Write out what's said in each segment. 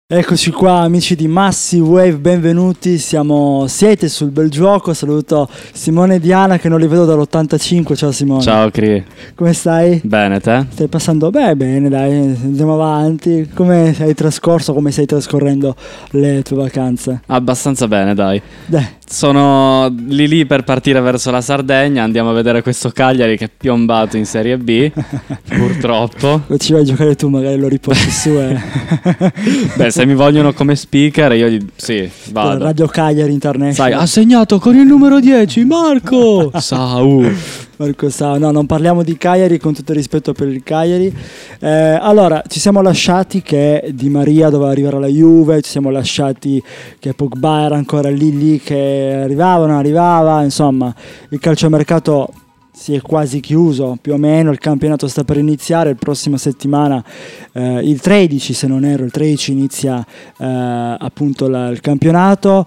Eccoci qua amici di Massive Wave, benvenuti, siete sul bel gioco. Saluto Simone e Diana che non li vedo dall'85. Ciao Simone. Ciao Cri. Come stai? Bene, te? Stai passando? Bene dai, andiamo avanti. Come hai trascorso, come stai trascorrendo le tue vacanze? Abbastanza bene, dai. Dai. Sono lì per partire verso la Sardegna. Andiamo a vedere questo Cagliari che è piombato in Serie B. Purtroppo. Ci vai a giocare tu, magari lo riporti su Beh, se mi vogliono come speaker io sì, vado. Radio Cagliari International. Sai, ha segnato con il numero 10 Marco Marco Sau. No, non parliamo di Cagliari, con tutto il rispetto per il Cagliari. Allora, ci siamo lasciati che Di Maria doveva arrivare alla Juve, ci siamo lasciati che Pogba era ancora lì che arrivava, insomma, il calciomercato si è quasi chiuso, più o meno, il campionato sta per iniziare, la prossima settimana, il 13 se non erro, il 13 inizia appunto il campionato.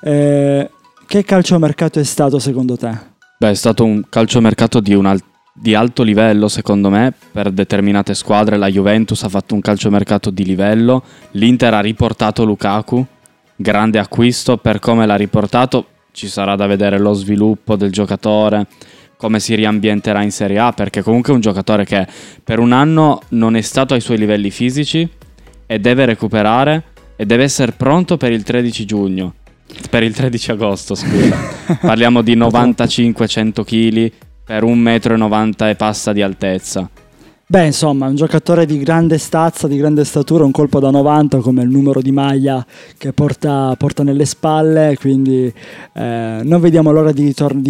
Che calciomercato è stato secondo te? Beh, è stato un calciomercato di alto livello secondo me per determinate squadre. La Juventus ha fatto un calciomercato di livello, l'Inter ha riportato Lukaku, grande acquisto. Per come l'ha riportato ci sarà da vedere lo sviluppo del giocatore, come si riambienterà in Serie A, perché comunque è un giocatore che per un anno non è stato ai suoi livelli fisici e deve recuperare e deve essere pronto per il 13 giugno. Per il 13 agosto, scusa. Parliamo di 95-100 kg per 1,90 m e passa di altezza. Beh, insomma, un giocatore di grande stazza, di grande statura, un colpo da 90 come il numero di maglia che porta nelle spalle, quindi non vediamo l'ora di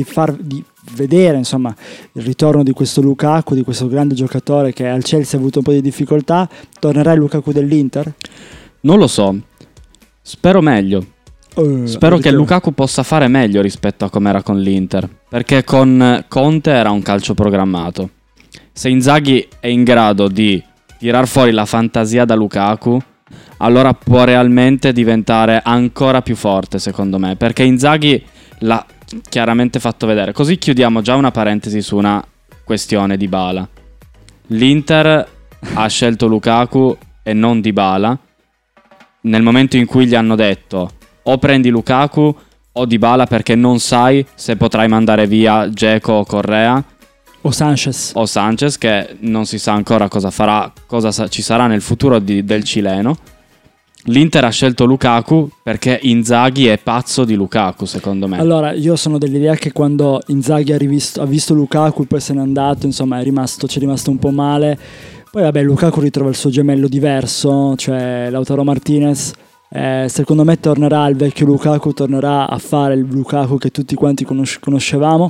vedere, insomma, il ritorno di questo Lukaku, di questo grande giocatore che al Chelsea ha avuto un po' di difficoltà. Tornerà il Lukaku dell'Inter? Non lo so, spero meglio. Spero che Lukaku possa fare meglio rispetto a come era con l'Inter, perché con Conte era un calcio programmato. Se Inzaghi è in grado di tirar fuori la fantasia da Lukaku, allora può realmente diventare ancora più forte, secondo me, perché Inzaghi l'ha chiaramente fatto vedere. Così chiudiamo già una parentesi su una questione Dybala. L'Inter ha scelto Lukaku e non Dybala nel momento in cui gli hanno detto o prendi Lukaku o Dybala, perché non sai se potrai mandare via Dzeko o Correa o Sanchez, che non si sa ancora cosa farà, cosa ci sarà nel futuro del cileno. L'Inter ha scelto Lukaku perché Inzaghi è pazzo di Lukaku, secondo me. Allora, io sono dell'idea che quando Inzaghi ha visto Lukaku e poi se n'è andato, insomma, ci è rimasto un po' male. Poi vabbè, Lukaku ritrova il suo gemello diverso, cioè Lautaro Martinez. Secondo me tornerà il vecchio Lukaku, tornerà a fare il Lukaku che tutti quanti conoscevamo.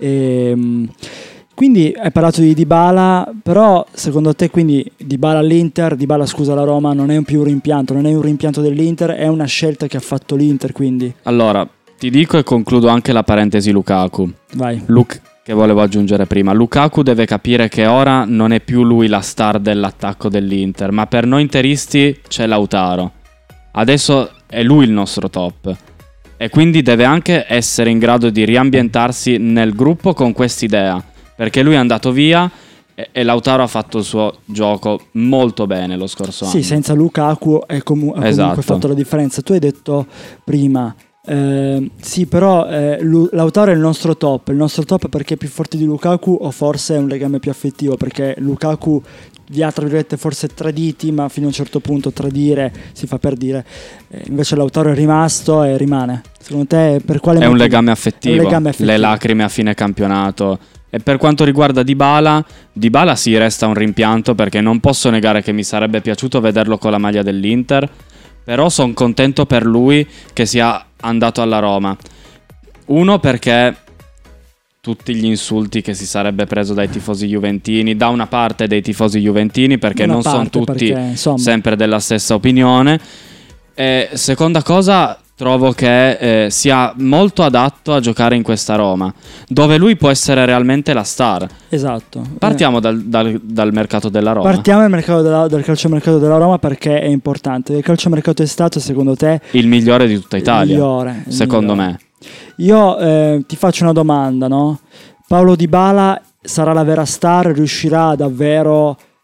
Quindi hai parlato di Dybala, però secondo te quindi Dybala alla Roma non è più un rimpianto dell'Inter, è una scelta che ha fatto l'Inter, quindi? Allora, ti dico e concludo anche la parentesi Lukaku. Vai. Che volevo aggiungere prima. Lukaku deve capire che ora non è più lui la star dell'attacco dell'Inter, ma per noi interisti c'è Lautaro. Adesso è lui il nostro top. E quindi deve anche essere in grado di riambientarsi nel gruppo con quest'idea, perché lui è andato via e Lautaro ha fatto il suo gioco molto bene lo scorso anno. Sì, senza Lukaku ha comunque fatto la differenza. Tu hai detto prima, sì, però Lautaro è il nostro top perché è più forte di Lukaku, o forse è un legame più affettivo, perché Lukaku li ha tra virgolette forse traditi, ma fino a un certo punto tradire si fa per dire, invece Lautaro è rimasto e rimane. Secondo te per quale motivo? È un legame affettivo, le lacrime a fine campionato. E per quanto riguarda Dybala sì, resta un rimpianto, perché non posso negare che mi sarebbe piaciuto vederlo con la maglia dell'Inter, però sono contento per lui che sia andato alla Roma. Uno, perché tutti gli insulti che si sarebbe preso dai tifosi juventini, da una parte dei tifosi juventini, perché non sono tutti sempre della stessa opinione. E seconda cosa, trovo che sia molto adatto a giocare in questa Roma, dove lui può essere realmente la star. Esatto. Partiamo dal mercato della Roma. Partiamo dal calciomercato della Roma, perché è importante. Il calciomercato è stato, secondo te, il migliore di tutta Italia? Secondo me. Io ti faccio una domanda, no? Paulo Dybala sarà la vera star? Riuscirà davvero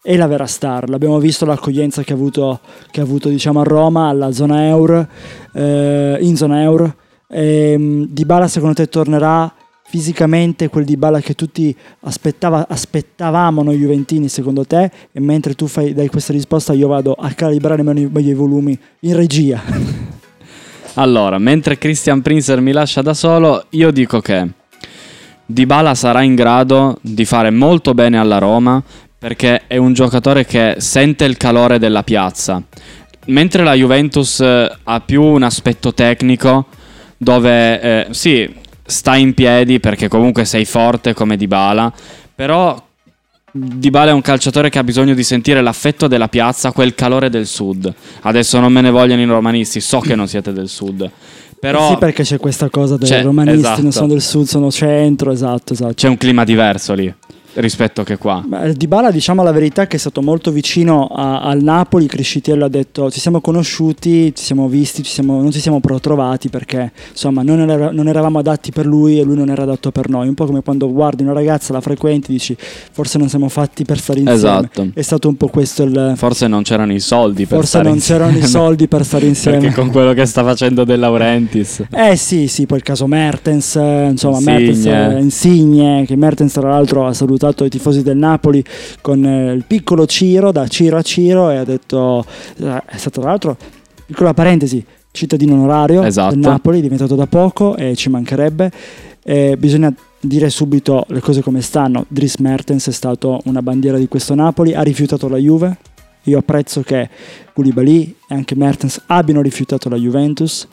è la vera star. L'abbiamo visto l'accoglienza che ha avuto diciamo a Roma, alla zona Euro, in zona Euro. Dybala secondo te tornerà fisicamente quel Dybala che tutti aspettavamo noi juventini secondo te? E mentre tu dai questa risposta io vado a calibrare meglio i volumi in regia. Allora, mentre Christian Prinzer mi lascia da solo, io dico che Dybala sarà in grado di fare molto bene alla Roma, perché è un giocatore che sente il calore della piazza, mentre la Juventus ha più un aspetto tecnico dove sì, sta in piedi perché comunque sei forte come Dybala, però Dybala è un calciatore che ha bisogno di sentire l'affetto della piazza, quel calore del sud. Adesso non me ne vogliono i romanisti, so che non siete del sud, però sì, perché c'è questa cosa dei romanisti, esatto. Non sono del sud, sono centro, esatto. C'è un clima diverso lì rispetto che qua. Dybala, diciamo la verità, che è stato molto vicino al Napoli. Criscitiello ha detto: ci siamo conosciuti, ci siamo visti, non ci siamo però trovati perché insomma non eravamo adatti per lui e lui non era adatto per noi. Un po' come quando guardi una ragazza, la frequenti, dici forse non siamo fatti per stare insieme. Esatto. È stato un po' questo forse non c'erano i soldi per forse stare non insieme. C'erano i soldi per stare insieme, perché con quello che sta facendo De Laurentiis sì, poi il caso Mertens, insomma Insigne, che Mertens tra l'altro ha salutato i tifosi del Napoli con il piccolo Ciro, da Ciro a Ciro, e ha detto, è stato tra l'altro, piccola parentesi, cittadino onorario del Napoli, diventato da poco, e ci mancherebbe. Bisogna dire subito le cose come stanno. Dries Mertens è stato una bandiera di questo Napoli, ha rifiutato la Juve. Io apprezzo che Koulibaly e anche Mertens abbiano rifiutato la Juventus.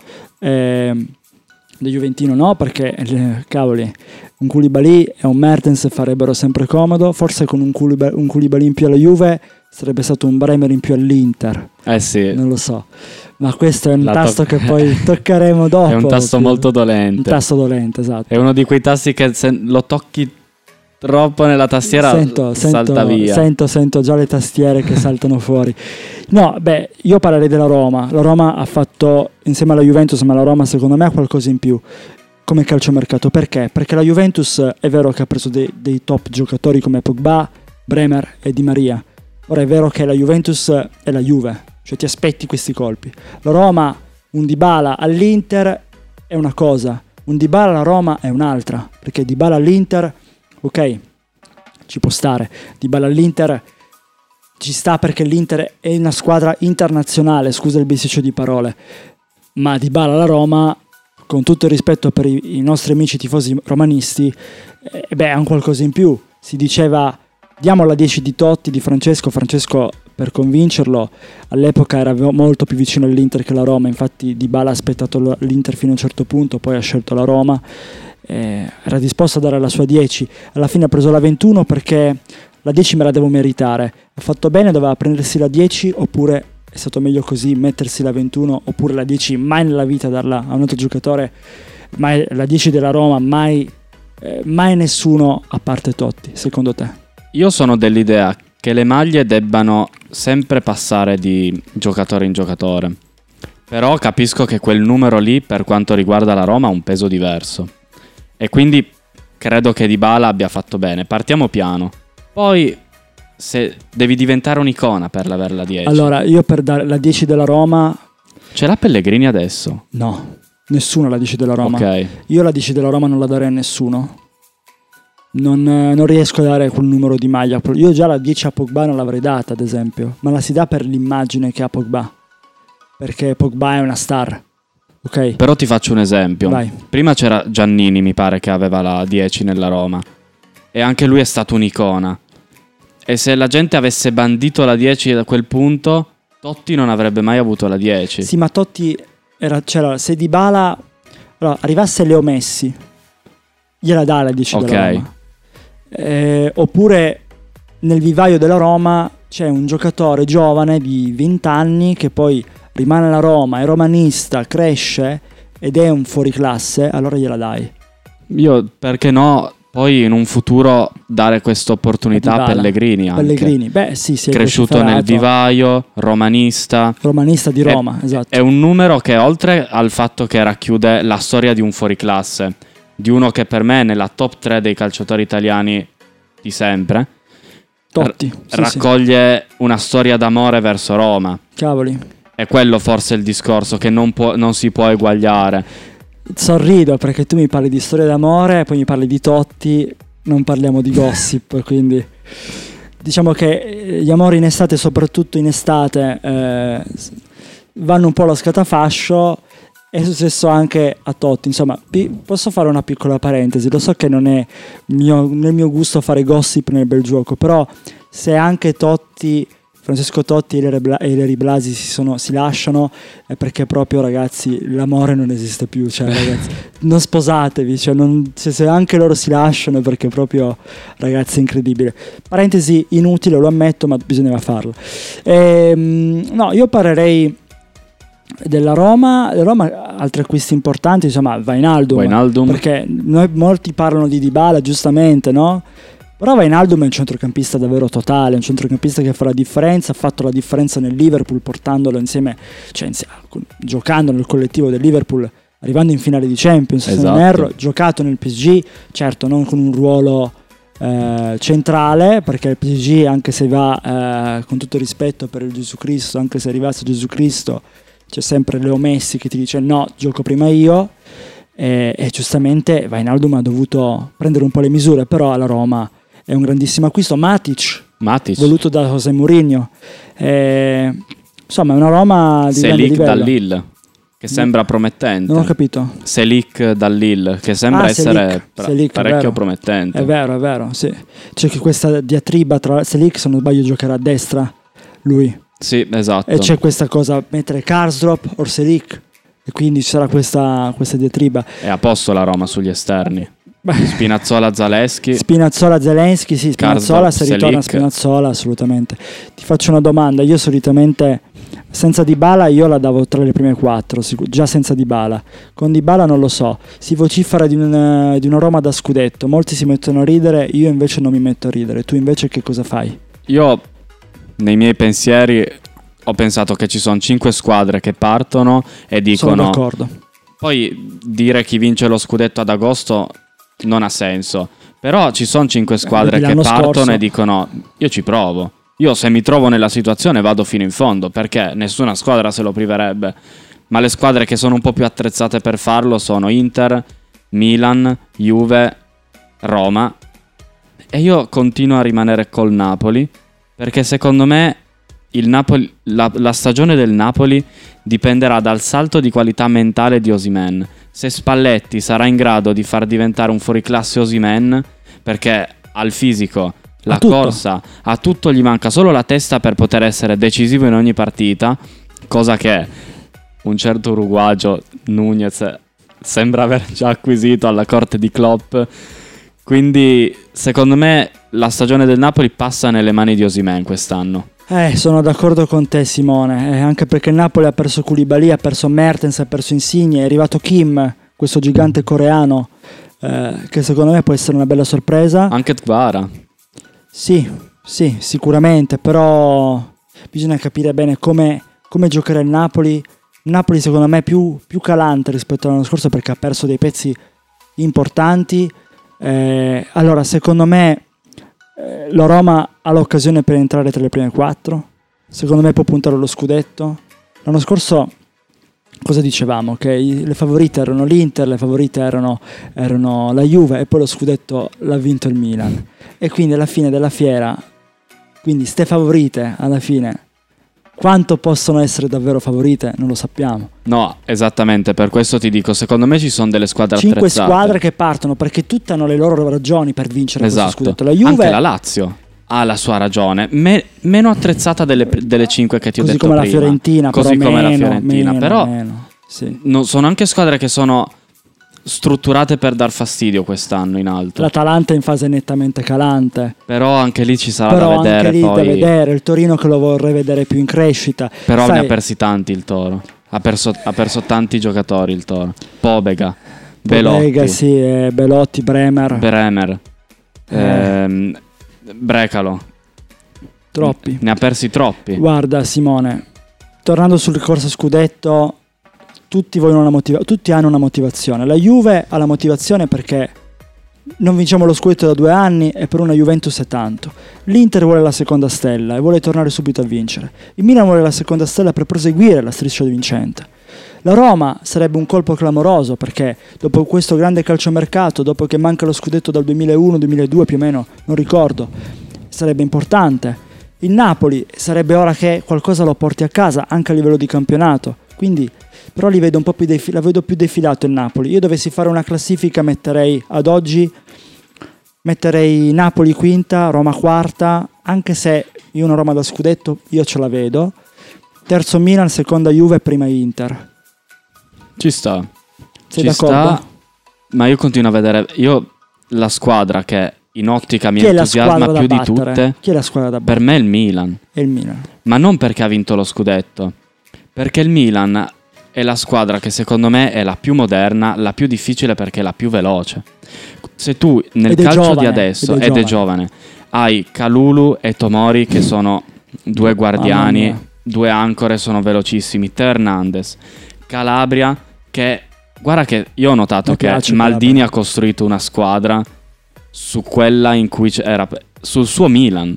Da Juventino no, perché cavoli, un Koulibaly e un Mertens farebbero sempre comodo. Forse con un Koulibaly in più alla Juve sarebbe stato un Bremer in più all'Inter. Sì. Non lo so, ma questo è un tasto che poi toccheremo dopo. È un tasto molto dolente. Un tasto dolente, esatto. È uno di quei tasti che se lo tocchi troppo nella tastiera salta via. Sento già le tastiere che saltano fuori. No, io parlerei della Roma. La Roma ha fatto, insieme alla Juventus, ma la Roma secondo me ha qualcosa in più come calciomercato. Perché? Perché la Juventus è vero che ha preso dei top giocatori come Pogba, Bremer e Di Maria. Ora è vero che la Juventus è la Juve, cioè ti aspetti questi colpi. La Roma, un Dybala all'Inter è una cosa, un Dybala alla Roma è un'altra, perché Dybala all'Inter, ok, ci può stare. Dybala all'Inter ci sta perché l'Inter è una squadra internazionale, scusa il bisticcio di parole, ma Dybala alla Roma, con tutto il rispetto per i nostri amici tifosi romanisti, ha un qualcosa in più. Si diceva diamo la 10 di Totti, di Francesco, per convincerlo all'epoca era molto più vicino all'Inter che alla Roma, infatti Dybala ha aspettato l'Inter fino a un certo punto, poi ha scelto la Roma. Era disposto a dare la sua 10, alla fine ha preso la 21 perché la 10 me la devo meritare. Ha fatto bene, doveva prendersi la 10, oppure è stato meglio così mettersi la 21, oppure la 10 mai nella vita darla a un altro giocatore, mai la 10 della Roma, mai nessuno a parte Totti. Secondo te? Io sono dell'idea che le maglie debbano sempre passare di giocatore in giocatore, però capisco che quel numero lì per quanto riguarda la Roma ha un peso diverso. E quindi credo che Dybala abbia fatto bene. Partiamo piano. Poi se devi diventare un'icona per avere la 10. Allora, io per dare la 10 della Roma... Ce l'ha Pellegrini adesso? No, nessuno la 10 della Roma. Ok. Io la 10 della Roma non la darei a nessuno. Non riesco a dare quel numero di maglia. Io già la 10 a Pogba non l'avrei data, ad esempio. Ma la si dà per l'immagine che ha Pogba. Perché Pogba è una star. Okay. Però ti faccio un esempio. Vai. Prima c'era Giannini, mi pare, che aveva la 10 nella Roma, e anche lui è stato un'icona. E se la gente avesse bandito la 10 da quel punto, Totti non avrebbe mai avuto la 10. Sì, ma Totti c'era, se Dybala arrivasse Leo Messi, gliela dà la 10 della Roma. Oppure nel vivaio della Roma c'è un giocatore giovane di 20 anni che poi rimane alla Roma, è romanista, cresce ed è un fuoriclasse, allora gliela dai. Io, perché no, poi in un futuro dare questa opportunità a Pellegrini anche. Pellegrini, sì, si è cresciuto nel vivaio, romanista di Roma, esatto. È un numero che, oltre al fatto che racchiude la storia di un fuoriclasse, di uno che per me è nella top 3 dei calciatori italiani di sempre, Totti raccoglie una storia d'amore verso Roma. Cavoli. È quello forse il discorso, che non si può eguagliare. Sorrido perché tu mi parli di storia d'amore, poi mi parli di Totti, non parliamo di gossip, quindi diciamo che gli amori in estate, soprattutto in estate, vanno un po' allo scatafascio. È successo anche a Totti. Insomma, posso fare una piccola parentesi? Lo so che non è nel mio gusto fare gossip nel bel gioco, però se anche Francesco Totti e Ileri Blasi si lasciano, è perché proprio, ragazzi, l'amore non esiste più. Cioè, ragazzi, non sposatevi. Cioè, se anche loro si lasciano è perché proprio, ragazzi, è incredibile. Parentesi inutile, lo ammetto, ma bisognava farlo. No, io parlerei della Roma, altri acquisti importanti, insomma, Wijnaldum, perché molti parlano di Dybala, giustamente, no? Però Wijnaldum è un centrocampista davvero totale, un centrocampista che fa la differenza, ha fatto la differenza nel Liverpool portandolo insieme, giocando nel collettivo del Liverpool, arrivando in finale di Champions, se non erro, giocato nel PSG, certo non con un ruolo centrale, perché il PSG, anche se va con tutto rispetto per il Gesù Cristo, anche se arrivasse Gesù Cristo, c'è sempre Leo Messi che ti dice no, gioco prima io, e giustamente Wijnaldum ha dovuto prendere un po' le misure, però alla Roma è un grandissimo acquisto. Matic. Voluto da José Mourinho, insomma è una Roma di grande livello. Dal Lille, che sembra promettente. Non ho capito. Selic dal Lille, che sembra essere parecchio promettente. È vero, sì. C'è che questa diatriba tra Selic, se non sbaglio giocherà a destra lui. Sì, esatto. E c'è questa cosa, mettere Karsdorp o Selic, e quindi ci sarà questa diatriba. È a posto la Roma sugli esterni. Spinazzola, Zaleschi, sì, Spinazzola, se ritorna Spinazzola, assolutamente. Ti faccio una domanda, io solitamente senza Dybala io la davo tra le prime 4, già senza Dybala. Con Dybala non lo so, si vocifera di una Roma da scudetto, molti si mettono a ridere, io invece non mi metto a ridere. Tu invece che cosa fai? Io nei miei pensieri ho pensato che ci sono 5 squadre che partono e dicono... Sono d'accordo. Poi dire chi vince lo scudetto ad agosto non ha senso. Però ci sono 5 squadre che partono e dicono io ci provo. Io se mi trovo nella situazione vado fino in fondo, perché nessuna squadra se lo priverebbe. Ma le squadre che sono un po' più attrezzate per farlo sono Inter, Milan, Juve, Roma. E io continuo a rimanere col Napoli, perché secondo me il Napoli, la stagione del Napoli dipenderà dal salto di qualità mentale di Osimhen. Se Spalletti sarà in grado di far diventare un fuoriclasse Osimhen, perché al fisico, la corsa, a tutto gli manca solo la testa per poter essere decisivo in ogni partita, cosa che un certo uruguagio Nunez sembra aver già acquisito alla corte di Klopp. Quindi secondo me la stagione del Napoli passa nelle mani di Osimhen quest'anno. Sono d'accordo con te, Simone, anche perché il Napoli ha perso Koulibaly, ha perso Mertens, ha perso Insigne, è arrivato Kim, questo gigante coreano, che secondo me può essere una bella sorpresa. Anche Kvara. Sì, sicuramente, però bisogna capire bene come giocare il Napoli. Il Napoli secondo me è più calante rispetto all'anno scorso, perché ha perso dei pezzi importanti. Allora, secondo me la Roma ha l'occasione per entrare tra le prime 4. Secondo me può puntare allo scudetto. L'anno scorso cosa dicevamo? Che le favorite erano l'Inter, le favorite erano la Juve, e poi lo scudetto l'ha vinto il Milan. E quindi alla fine della fiera, quindi ste favorite alla fine, quanto possono essere davvero favorite non lo sappiamo. No, esattamente, per questo ti dico, secondo me ci sono delle squadre 5 attrezzate. Squadre che partono, perché tutte hanno le loro ragioni per vincere questo scudetto. La Juve, anche la Lazio ha la sua ragione, meno attrezzata delle 5 che ti ho detto prima. Così come la Fiorentina, però sì. Sono anche squadre che sono strutturate per dar fastidio quest'anno in alto. L'Atalanta è in fase nettamente calante, però anche lì ci sarà da vedere. Anche lì da vedere. Il Torino che lo vorrei vedere più in crescita. Però ne ha persi tanti il Toro. Ha perso tanti giocatori il Toro. Pobega, Belotti. Sì, Belotti, Bremer. Brecalo. Troppi. Ne ha persi troppi. Guarda, Simone, tornando sul corso scudetto, tutti hanno una motivazione. La Juve ha la motivazione perché non vinciamo lo scudetto da 2 anni e per una Juventus è tanto. L'Inter vuole la seconda stella e vuole tornare subito a vincere. Il Milan vuole la seconda stella per proseguire la striscia vincente. La Roma sarebbe un colpo clamoroso perché dopo questo grande calciomercato, dopo che manca lo scudetto dal 2001-2002 più o meno, non ricordo, sarebbe importante. Il Napoli sarebbe ora che qualcosa lo porti a casa anche a livello di campionato, quindi però li vedo un po' la vedo più defilato il Napoli. Io dovessi fare una classifica metterei Napoli quinta, Roma quarta, anche se io una Roma da scudetto io ce la vedo. Terzo Milan, seconda Juve, prima Inter. Ci sta. Sei d'accordo? Sta, ma io continuo a vedere la squadra che in ottica mi entusiasma più di tutte. Chi è la squadra da battere? Per me è il Milan. È il Milan. Ma non perché ha vinto lo scudetto, perché il Milan è la squadra che secondo me è la più moderna, la più difficile perché è la più veloce. Se tu nel calcio di adesso, ed è giovane, hai Kalulu e Tomori che sono due guardiani, due ancore, sono velocissimi, Teo Hernandez, Calabria che, guarda che io ho notato che Maldini ha costruito una squadra su quella in cui era, sul suo Milan.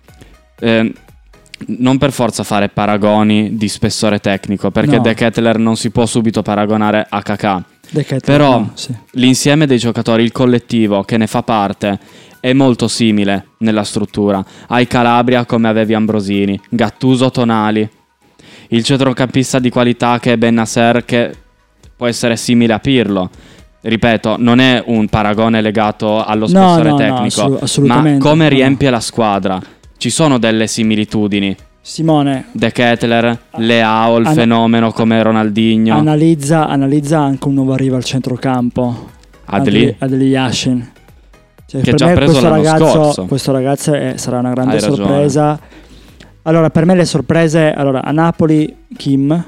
Non per forza fare paragoni di spessore tecnico, perché De Ketelaere non si può subito paragonare a Kakà. Però l'insieme dei giocatori, il collettivo che ne fa parte, è molto simile nella struttura. Hai Calabria come avevi Ambrosini, Gattuso, Tonali, il centrocampista di qualità che è Bennacer, che può essere simile a Pirlo. Ripeto, non è un paragone legato allo spessore tecnico, ma come riempie la squadra. Ci sono delle similitudini. Simone, De Ketelaere, Leao, il fenomeno come Ronaldinho. Analizza anche un nuovo arrivo al centrocampo, Adli Yashin, cioè, che già preso l'anno scorso. Questo ragazzo sarà una grande sorpresa. Allora, per me le sorprese, a Napoli Kim,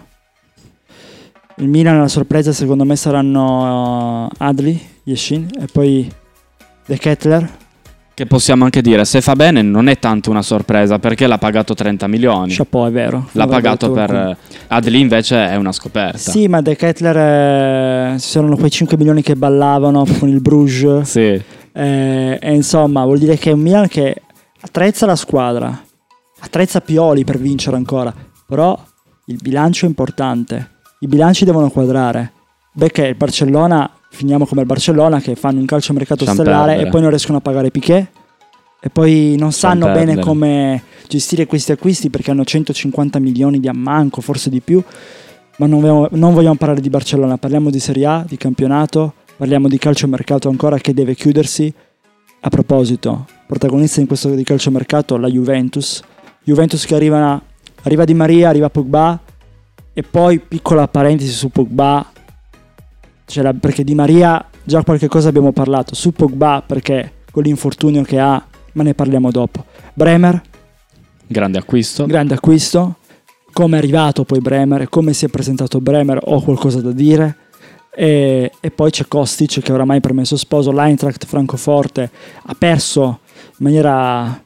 il Milan la sorpresa secondo me saranno Adli Yashin e poi De Ketelaere. Che possiamo anche dire, se fa bene non è tanto una sorpresa perché l'ha pagato 30 milioni. Chapeau, è vero. L'ha pagato per... Adli invece è una scoperta. Sì, ma De Ketelaere, ci sono quei 5 milioni che ballavano con il Bruges. Sì. E insomma, vuol dire che è un Milan che attrezza la squadra, attrezza Pioli per vincere ancora, però il bilancio è importante. I bilanci devono quadrare. Perché il Barcellona... Finiamo come il Barcellona che fanno un calciomercato stellare e poi non riescono a pagare Piqué e poi non sanno bene come gestire questi acquisti perché hanno 150 milioni di ammanco, forse di più, ma non vogliamo parlare di Barcellona, parliamo di Serie A, di campionato, parliamo di calciomercato ancora che deve chiudersi. A proposito, protagonista in questo di calciomercato la Juventus che arriva Di Maria, arriva Pogba e poi piccola parentesi su Pogba. Perché Di Maria già qualche cosa abbiamo parlato su Pogba perché con l'infortunio che ha, ma ne parliamo dopo. Bremer, grande acquisto, come è arrivato poi Bremer e come si è presentato Bremer, ho qualcosa da dire. E poi c'è Kostic che oramai è permesso sposo. L'Eintracht Francoforte ha perso in maniera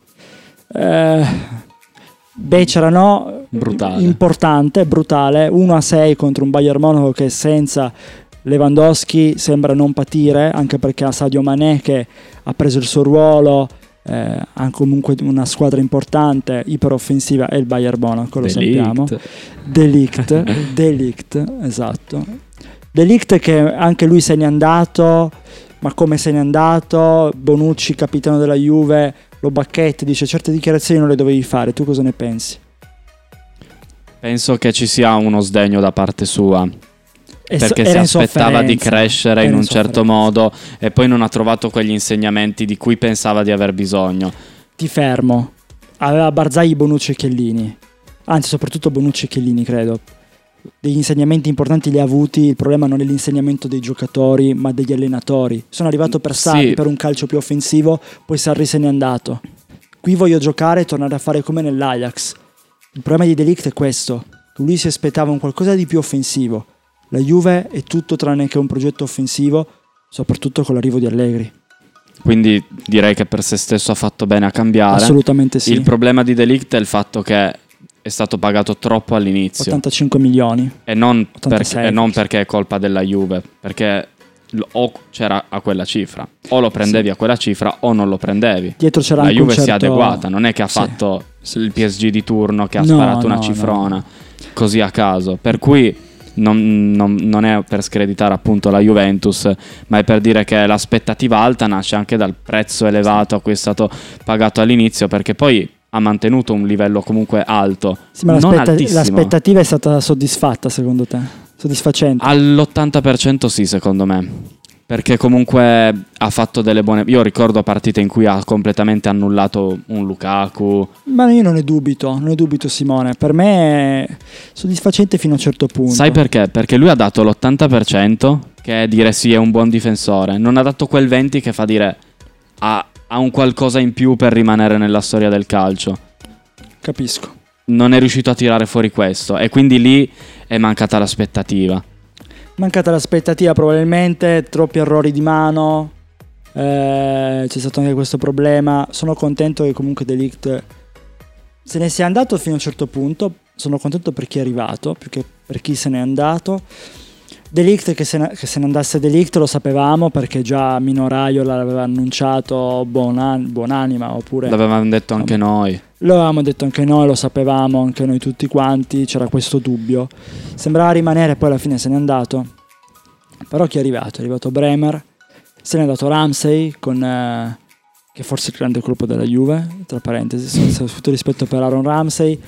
brutale 1-6 contro un Bayern Monaco che senza Lewandowski sembra non patire, anche perché ha Sadio Mané che ha preso il suo ruolo, ha comunque una squadra importante, iperoffensiva, è il Bayern Monaco, lo sappiamo. De Ligt, esatto. De Ligt che anche lui se n'è andato, ma come se n'è andato? Bonucci, capitano della Juve, lo bacchetta, dice certe dichiarazioni non le dovevi fare, tu cosa ne pensi? Penso che ci sia uno sdegno da parte sua. Perché si aspettava di crescere in un certo modo e poi non ha trovato quegli insegnamenti di cui pensava di aver bisogno. Ti fermo. Aveva Barzagli, Bonucci e Chiellini. Anzi, soprattutto Bonucci e Chiellini, credo. Degli insegnamenti importanti li ha avuti. Il problema non è l'insegnamento dei giocatori, ma degli allenatori. Sono arrivato per Sarri per un calcio più offensivo, poi Sarri se n'è andato. Qui voglio giocare e tornare a fare come nell'Ajax. Il problema di De Ligt è questo. Lui si aspettava un qualcosa di più offensivo. La Juve è tutto tranne che un progetto offensivo, soprattutto con l'arrivo di Allegri. Quindi direi che per se stesso ha fatto bene a cambiare. Assolutamente sì. Il problema di De Ligt è il fatto che è stato pagato troppo all'inizio. 85 milioni. E non perché è colpa della Juve, perché o c'era a quella cifra, o lo prendevi a quella cifra o non lo prendevi. Dietro c'era la anche Juve un certo... si è adeguata, non è che ha fatto il PSG di turno che ha sparato una cifrona così a caso, per cui non è per screditare appunto la Juventus, ma è per dire che l'aspettativa alta nasce anche dal prezzo elevato a cui è stato pagato all'inizio, perché poi ha mantenuto un livello comunque alto, sì, ma non altissimo. L'aspettativa è stata soddisfatta secondo te? Soddisfacente? All'80% sì, secondo me, perché comunque ha fatto delle buone... Io ricordo partite in cui ha completamente annullato un Lukaku. Ma io non ne dubito Simone, per me è soddisfacente fino a un certo punto. Sai perché? Perché lui ha dato l'80%, che è dire sì, è un buon difensore, non ha dato quel 20% che fa dire ha un qualcosa in più per rimanere nella storia del calcio. Capisco. Non è riuscito a tirare fuori questo e quindi lì è mancata l'aspettativa. Mancata l'aspettativa probabilmente, troppi errori di mano, c'è stato anche questo problema. Sono contento che comunque De Ligt se ne sia andato fino a un certo punto, sono contento per chi è arrivato più che per chi se n'è andato. De Ligt, che se ne andasse De Ligt lo sapevamo, perché già Mino Raiola l'aveva annunciato buonanima, oppure l'avevamo detto anche noi. Lo avevamo detto anche noi, lo sapevamo anche noi tutti quanti, c'era questo dubbio. Sembrava rimanere, poi alla fine se n'è andato. Però chi è arrivato? È arrivato Bremer, se n'è andato Ramsey, che forse è il grande colpo della Juve, tra parentesi, tutto rispetto per Aaron Ramsey.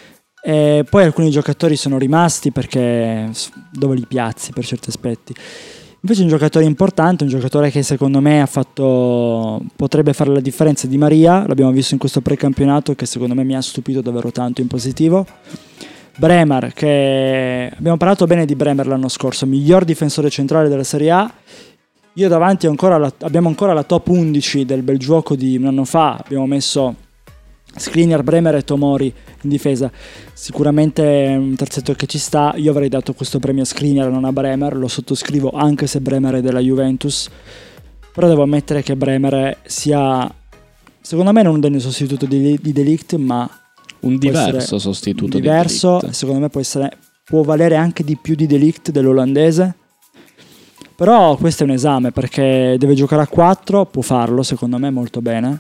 E poi alcuni giocatori sono rimasti perché dove li piazzi per certi aspetti. Invece un giocatore importante, un giocatore che secondo me potrebbe fare la differenza, Di Maria, l'abbiamo visto in questo precampionato, che secondo me mi ha stupito davvero tanto in positivo. Bremer, che abbiamo parlato bene di Bremer l'anno scorso, miglior difensore centrale della Serie A. Io davanti abbiamo ancora la top 11 del bel gioco di un anno fa, abbiamo messo Skriniar, Bremer e Tomori in difesa. Sicuramente un terzetto che ci sta. Io avrei dato questo premio a Skriniar, non a Bremer, lo sottoscrivo anche se Bremer è della Juventus, però devo ammettere che Bremer sia, secondo me, non un degno sostituto di De Ligt, ma un diverso sostituto diverso, di De Ligt. Secondo me può valere anche di più di De Ligt, dell'olandese. Però questo è un esame, perché deve giocare a 4, può farlo secondo me molto bene.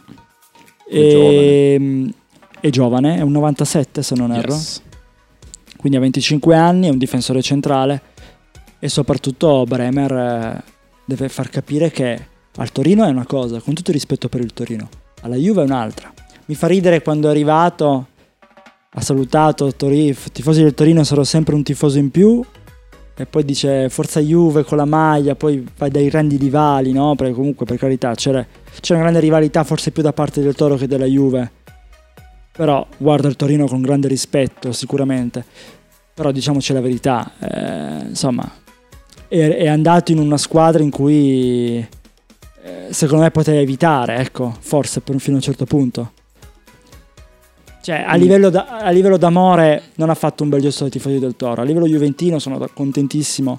È giovane, è un 97 se non erro, quindi ha 25 anni, è un difensore centrale, e soprattutto Bremer deve far capire che al Torino è una cosa, con tutto il rispetto per il Torino, alla Juve è un'altra. Mi fa ridere quando è arrivato, ha salutato tifosi del Torino, sarò sempre un tifoso in più, e poi dice forza Juve con la maglia, poi vai dai grandi rivali, no? Perché comunque, per carità, c'era una grande rivalità, forse più da parte del Toro che della Juve, però guarda il Torino con grande rispetto sicuramente. Però diciamoci la verità, insomma è andato in una squadra in cui secondo me poteva evitare, ecco, forse fino a un certo punto. Cioè, a livello d'amore non ha fatto un bel gesto ai tifosi del Toro. A livello juventino sono contentissimo.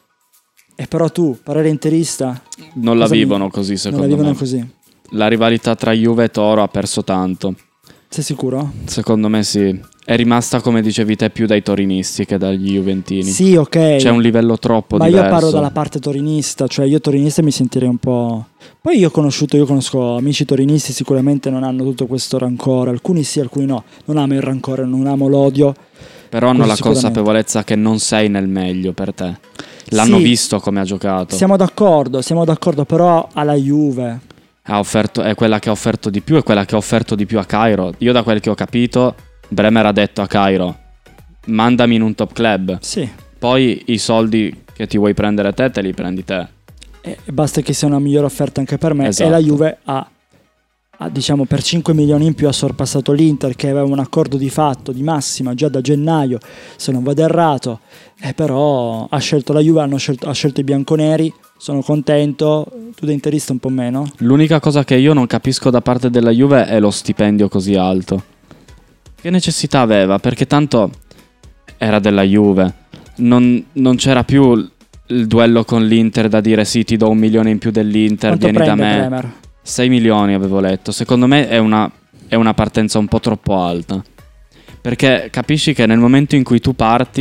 E però tu, parere interista, non la vivono così, secondo me. Non la vivono così. La rivalità tra Juve e Toro ha perso tanto. Sei sicuro? Secondo me sì. È rimasta, come dicevi te, più dai torinisti che dagli juventini. Sì, ok. C'è un livello troppo diverso. Ma io parlo dalla parte torinista, cioè io torinista mi sentirei un po'... Poi io conosco amici torinisti, sicuramente non hanno tutto questo rancore, alcuni sì, alcuni no. Non amo il rancore, non amo l'odio. Però hanno la consapevolezza che non sei nel meglio per te. L'hanno visto come ha giocato. Siamo d'accordo, però alla Juve... È quella che ha offerto di più, è quella che ha offerto di più a Cairo. Io da quel che ho capito, Bremer ha detto a Cairo: mandami in un top club. Sì. Poi i soldi che ti vuoi prendere te li prendi te. E basta che sia una migliore offerta anche per me. Esatto. E la Juve ha diciamo per 5 milioni in più ha sorpassato l'Inter, che aveva un accordo di fatto di massima già da gennaio, se non vado errato. Però ha scelto la Juve, ha scelto i bianconeri. Sono contento. Tu da interista un po' meno. C'Unica cosa che io non capisco da parte della Juve è lo stipendio così alto. Che necessità aveva? Perché tanto era della Juve. Non c'era più il duello con l'Inter da dire sì, ti do 1 milione in più dell'Inter, quanto vieni da me. Bremer? 6 milioni avevo letto. Secondo me è una partenza un po' troppo alta. Perché capisci che nel momento in cui tu parti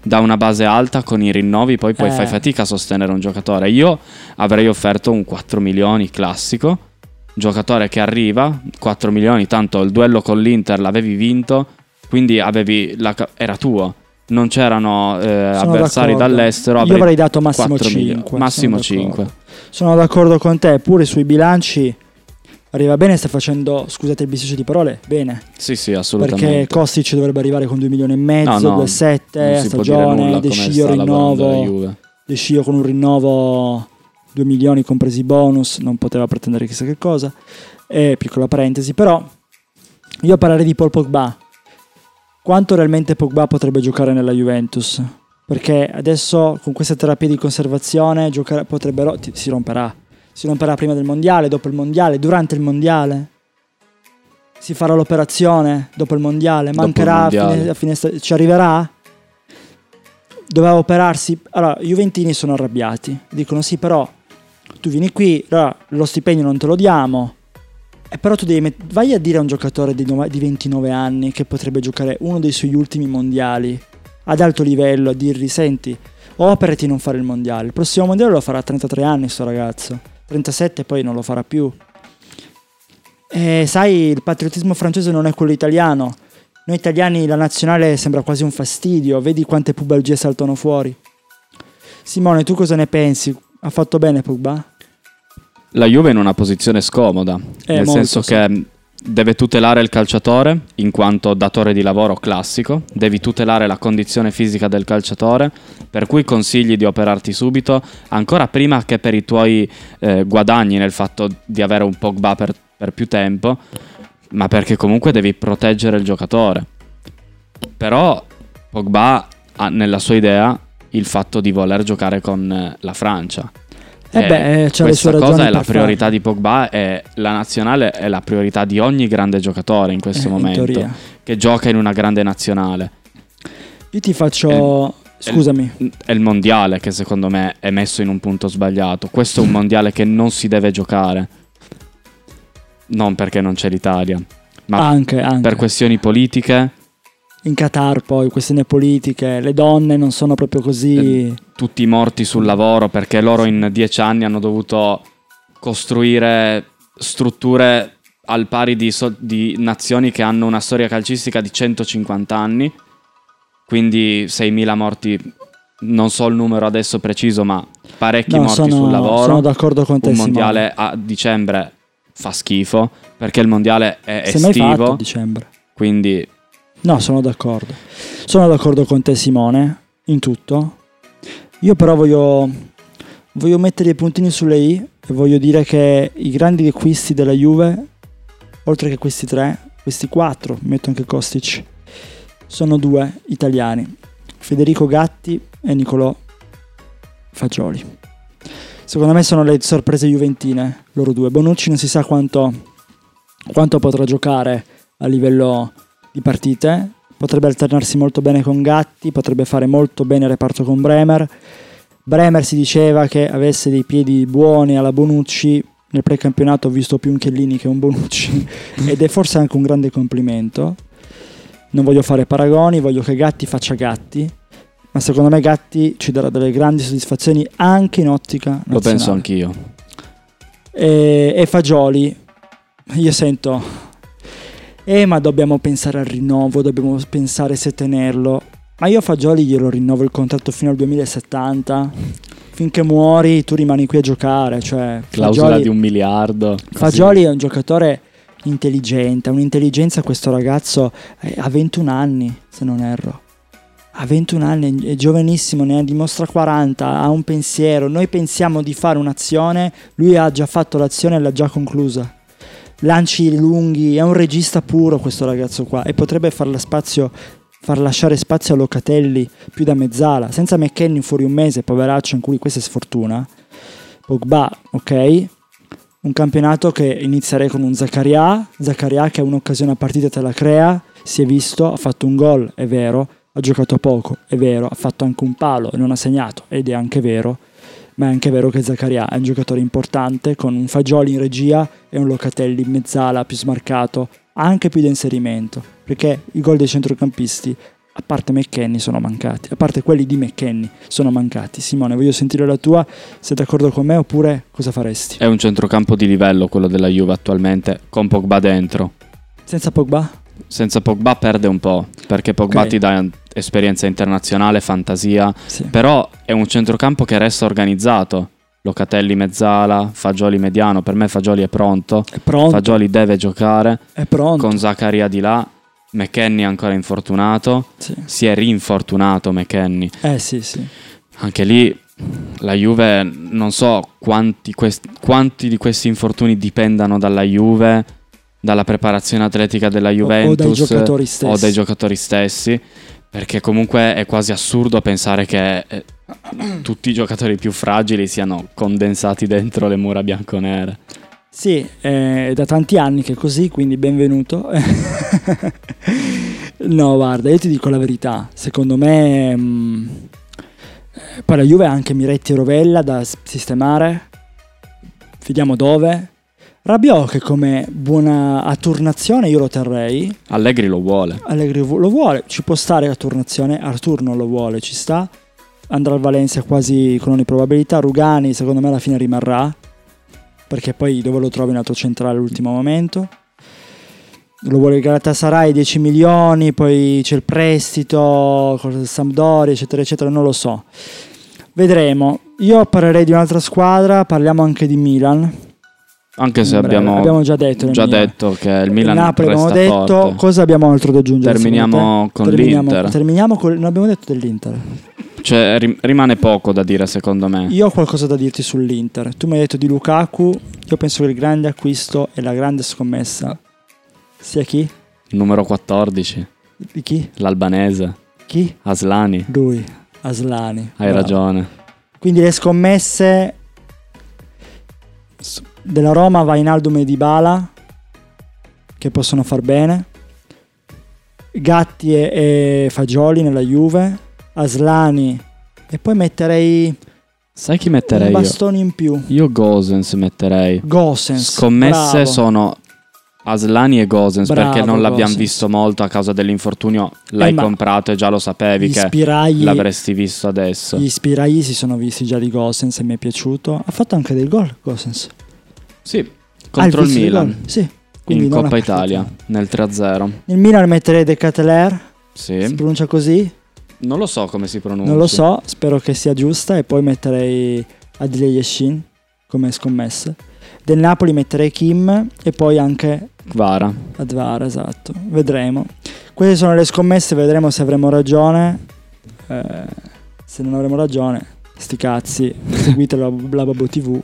da una base alta con i rinnovi, poi fai fatica a sostenere un giocatore. Io avrei offerto un 4 milioni classico, giocatore che arriva, 4 milioni, tanto il duello con l'Inter l'avevi vinto, quindi era tuo. Non c'erano avversari dall'estero. Io avrei dato massimo 5. Massimo 5. Sono d'accordo con te, pure sui bilanci arriva bene, sta facendo, scusate il bisticcio di parole, bene. Sì, assolutamente. Perché Kostic dovrebbe arrivare con 2,5 milioni, 2,7 a stagione, De Scio rinnovo. De Scio con un rinnovo 2 milioni compresi i bonus, non poteva pretendere chissà che cosa. Piccola parentesi, però io parlerei di Paul Pogba. Quanto realmente Pogba potrebbe giocare nella Juventus? Perché adesso con questa terapia di conservazione si romperà. Si romperà prima del mondiale, dopo il mondiale, durante il mondiale. Si farà l'operazione dopo il mondiale. Mancherà a fine ci arriverà? Doveva operarsi. Allora, i juventini sono arrabbiati. Dicono sì, però tu vieni qui, allora, lo stipendio non te lo diamo. Però tu vai a dire a un giocatore di 29 anni che potrebbe giocare uno dei suoi ultimi mondiali ad alto livello, a dirgli senti, operati non fare il mondiale. Il prossimo mondiale lo farà a 33 anni sto ragazzo, 37 poi non lo farà più. E sai, il patriottismo francese non è quello italiano. Noi italiani la nazionale sembra quasi un fastidio, vedi quante pubalgie saltano fuori. Simone, tu cosa ne pensi? Ha fatto bene Pogba? La Juve è in una posizione scomoda, nel senso che deve tutelare il calciatore in quanto datore di lavoro classico, devi tutelare la condizione fisica del calciatore, per cui consigli di operarti subito, ancora prima che per i tuoi guadagni nel fatto di avere un Pogba per più tempo, ma perché comunque devi proteggere il giocatore. Però Pogba ha nella sua idea il fatto di voler giocare con la Francia. C'è questa cosa è la priorità di Pogba, e la nazionale è la priorità di ogni grande giocatore in questo momento, che gioca in una grande nazionale. Io ti faccio... Scusami. È il mondiale che secondo me è messo in un punto sbagliato. Questo è un mondiale che non si deve giocare, non perché non c'è l'Italia, ma anche per questioni politiche. In Qatar poi, questioni politiche, le donne non sono proprio così... Tutti morti sul lavoro perché loro in 10 anni hanno dovuto costruire strutture al pari di nazioni che hanno una storia calcistica di 150 anni. Quindi 6.000 morti, non so il numero adesso preciso, ma parecchi morti sul lavoro. Sono d'accordo con te, Un mondiale a dicembre fa schifo perché il mondiale è estivo. Mai fatto a dicembre. Quindi... No, sono d'accordo. Sono d'accordo con te, Simone, in tutto. Io però voglio mettere i puntini sulle i e voglio dire che i grandi acquisti della Juve, oltre che questi 3, questi 4, metto anche Kostic, sono 2 italiani, Federico Gatti e Nicolò Fagioli. Secondo me sono le sorprese juventine, loro due. Bonucci non si sa quanto potrà giocare a livello di partite, potrebbe alternarsi molto bene con Gatti, potrebbe fare molto bene il reparto con Bremer. Bremer si diceva che avesse dei piedi buoni alla Bonucci, nel precampionato ho visto più un Chiellini che un Bonucci ed è forse anche un grande complimento. Non voglio fare paragoni, voglio che Gatti faccia Gatti, ma secondo me Gatti ci darà delle grandi soddisfazioni anche in ottica nazionale. Lo penso anch'io. E Fagioli, io sento... ma dobbiamo pensare al rinnovo, dobbiamo pensare se tenerlo. Ma io a Fagioli glielo rinnovo il contratto fino al 2070. Finché muori tu rimani qui a giocare, cioè clausola Fagioli, di 1 miliardo. Fagioli è un giocatore intelligente, ha un'intelligenza questo ragazzo, ha 21 anni se non erro. Ha 21 anni, è giovanissimo, ne dimostra 40, ha un pensiero. Noi pensiamo di fare un'azione, lui ha già fatto l'azione e l'ha già conclusa. Lanci lunghi, è un regista puro questo ragazzo qua e potrebbe far lasciare spazio a Locatelli più da mezzala, senza McKennie fuori un mese, poveraccio, in cui questa è sfortuna. Pogba, ok, un campionato che inizierei con un Zakaria che ha un'occasione a partita te la crea, si è visto, ha fatto un gol, è vero, ha giocato poco, è vero, ha fatto anche un palo e non ha segnato, ed è anche vero. Ma è anche vero che Zakaria è un giocatore importante, con un Fagioli in regia e un Locatelli in mezzala più smarcato, anche più da inserimento, perché i gol dei centrocampisti a parte McKennie sono mancati, a parte quelli di McKennie sono mancati. Simone, voglio sentire la tua, sei d'accordo con me oppure cosa faresti? È un centrocampo di livello quello della Juve attualmente, con Pogba dentro. Senza Pogba? Senza Pogba perde un po', perché Pogba ti dà esperienza internazionale, fantasia, sì. Però è un centrocampo che resta organizzato. Locatelli mezzala, Fagioli mediano, per me Fagioli è pronto. Fagioli deve giocare, è pronto. Con Zaccaria di là. McKennie ancora infortunato, sì. Si è rinfortunato McKennie. Sì. Anche lì la Juve, non so quanti di questi infortuni dipendano dalla Juve, dalla preparazione atletica della Juventus o dai giocatori stessi, perché comunque è quasi assurdo pensare che tutti i giocatori più fragili siano condensati dentro le mura bianconere. Sì, è da tanti anni che è così, quindi benvenuto. No, guarda, io ti dico la verità. Secondo me poi la Juve ha anche Miretti e Rovella da sistemare. Vediamo dove. Rabiot, che come buona a turnazione io lo terrei. Allegri lo vuole. Lo vuole, ci può stare a turnazione. Arthur non lo vuole, ci sta. Andrà al Valencia quasi con ogni probabilità. Rugani secondo me alla fine rimarrà, perché poi dove lo trovi un altro centrale all'ultimo momento. Lo vuole il Galatasaray 10 milioni, poi c'è il prestito con il Sampdoria eccetera eccetera, non lo so, vedremo. Io parlerei di un'altra squadra, parliamo anche di Milan, anche se abbiamo già detto che il Milan Napoli resta abbiamo detto forte. Cosa abbiamo altro da aggiungere? Terminiamo con l'Inter. Non abbiamo detto dell'Inter. Cioè rimane poco da dire secondo me. Io ho qualcosa da dirti sull'Inter. Tu mi hai detto di Lukaku. Io penso che il grande acquisto e la grande scommessa sia chi? Il numero 14. Di chi? L'albanese. Chi? Aslani. Lui, Aslani. Hai ragione. Quindi le scommesse della Roma, Wijnaldum e Dybala, che possono far bene. Gatti e Fagioli nella Juve. Aslani, e poi metterei, sai chi metterei un bastone in più. Io Gosens metterei. Gosens, scommesse bravo. Sono Aslani e Gosens, bravo, perché non l'abbiamo Gosens. Visto molto a causa dell'infortunio. L'hai comprato e già lo sapevi che l'avresti visto adesso. Gli spiragli si sono visti già di Gosens e mi è piaciuto. Ha fatto anche dei gol Gosens. Sì, contro il Milan. Sì, in Coppa Italia nel 3-0. Il Milan metterei De Ketelaere. Sì. Si pronuncia così? Non lo so come si pronuncia. Non lo so, spero che sia giusta. E poi metterei Adile Yashin come scommesse. Del Napoli metterei Kim e poi anche Kvara. Advara, esatto. Vedremo. Queste sono le scommesse, vedremo se avremo ragione. Se non avremo ragione, sti cazzi, seguite la Babbo TV.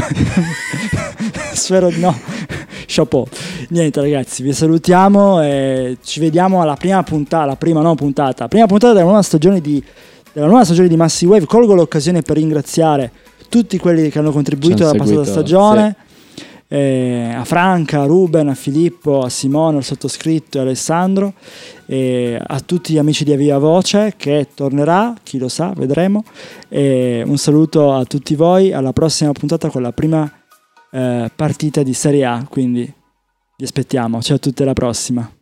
Spero di no. Chapeau. Niente ragazzi, vi salutiamo e ci vediamo alla prima puntata della nuova stagione di Massive Wave. Colgo l'occasione per ringraziare tutti quelli che hanno contribuito alla passata stagione, sì. A Franca, a Ruben, a Filippo, a Simone, al sottoscritto e Alessandro, e a tutti gli amici di Avia Voce che tornerà, chi lo sa, vedremo, e un saluto a tutti voi, alla prossima puntata con la prima partita di Serie A, quindi vi aspettiamo. Ciao a tutti, alla prossima.